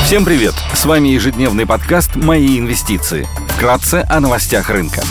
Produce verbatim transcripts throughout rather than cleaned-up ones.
Всем привет! С вами ежедневный подкаст «Мои инвестиции». Вкратце о новостях рынка.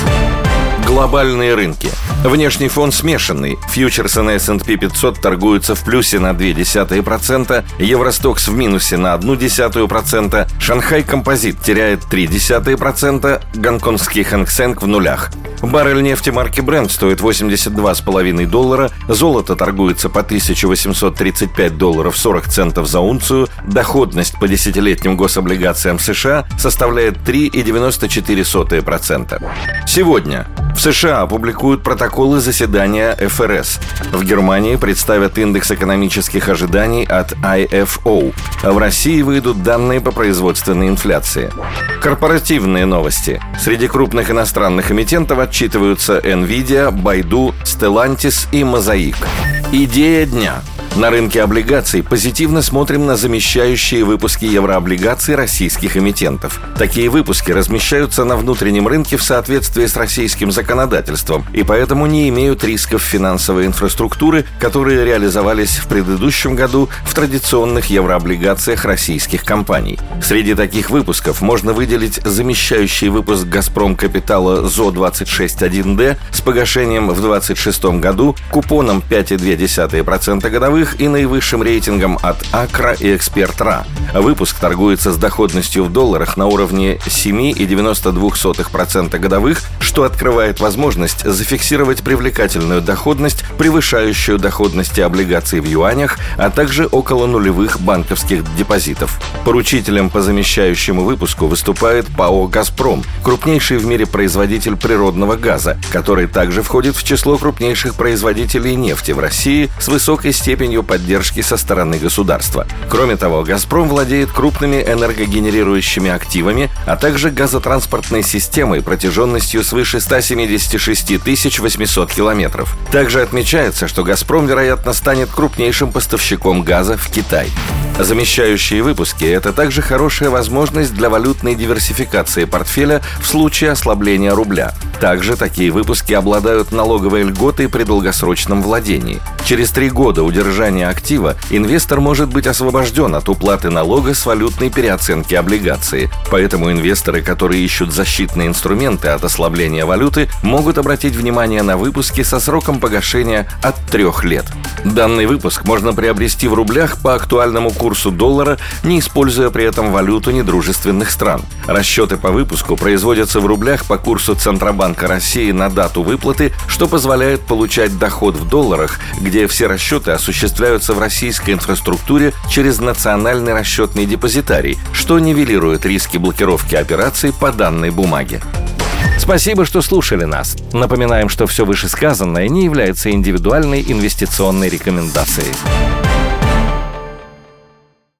Глобальные рынки. Внешний фон смешанный. Фьючерсы на эс энд пи пятьсот торгуются в плюсе на ноль целых две десятых процента, Евростокс в минусе на ноль целых одну десятую процента, Шанхай Композит теряет три десятых процента, гонконгский Хэнк Сэнк в нулях. Баррель нефти марки Brent стоит восемьдесят два целых пять десятых доллара, золото торгуется по тысяча восемьсот тридцать пять долларов сорок центов за унцию, доходность по десятилетним гособлигациям США составляет три целых девяносто четыре сотых процента. Сегодня в США опубликуют протоколы заседания эф эр эс. В Германии представят индекс экономических ожиданий от ай эф о. В России выйдут данные по производственной инфляции. Корпоративные новости. Среди крупных иностранных эмитентов отчитываются Nvidia, Baidu, Stellantis и Mosaic. Идея дня. На рынке облигаций позитивно смотрим на замещающие выпуски еврооблигаций российских эмитентов. Такие выпуски размещаются на внутреннем рынке в соответствии с российским законодательством и поэтому не имеют рисков финансовой инфраструктуры, которые реализовались в предыдущем году в традиционных еврооблигациях российских компаний. Среди таких выпусков можно выделить замещающий выпуск «Газпром Капитала» зо двадцать шесть один дэ с погашением в двадцать шестом году, купоном пять целых две десятых процента годовых и наивысшим рейтингом от Акра и Эксперт.РА. Выпуск торгуется с доходностью в долларах на уровне семь целых девяносто две сотых процента годовых, что открывает возможность зафиксировать привлекательную доходность, превышающую доходности облигаций в юанях, а также около нулевых банковских депозитов. Поручителем по замещающему выпуску выступает ПАО «Газпром», крупнейший в мире производитель природного газа, который также входит в число крупнейших производителей нефти в России с высокой степенью поддержки со стороны государства. Кроме того, «Газпром» владеет крупными энергогенерирующими активами, а также газотранспортной системой протяженностью свыше ста семидесяти шести тысяч восьмисот километров. Также отмечается, что «Газпром», вероятно, станет крупнейшим поставщиком газа в Китай. Замещающие выпуски – это также хорошая возможность для валютной диверсификации портфеля в случае ослабления рубля. Также такие выпуски обладают налоговой льготой при долгосрочном владении. Через три года удержания актива инвестор может быть освобожден от уплаты налога с валютной переоценки облигации. Поэтому инвесторы, которые ищут защитные инструменты от ослабления валюты, могут обратить внимание на выпуски со сроком погашения от трех лет. Данный выпуск можно приобрести в рублях по актуальному курсу доллара, не используя при этом валюту недружественных стран. Расчеты по выпуску производятся в рублях по курсу Центробанка России на дату выплаты, что позволяет получать доход в долларах, где все расчеты осуществляются в российской инфраструктуре через национальный расчетный депозитарий, что нивелирует риски блокировки операций по данной бумаге. Спасибо, что слушали нас. Напоминаем, что все вышесказанное не является индивидуальной инвестиционной рекомендацией.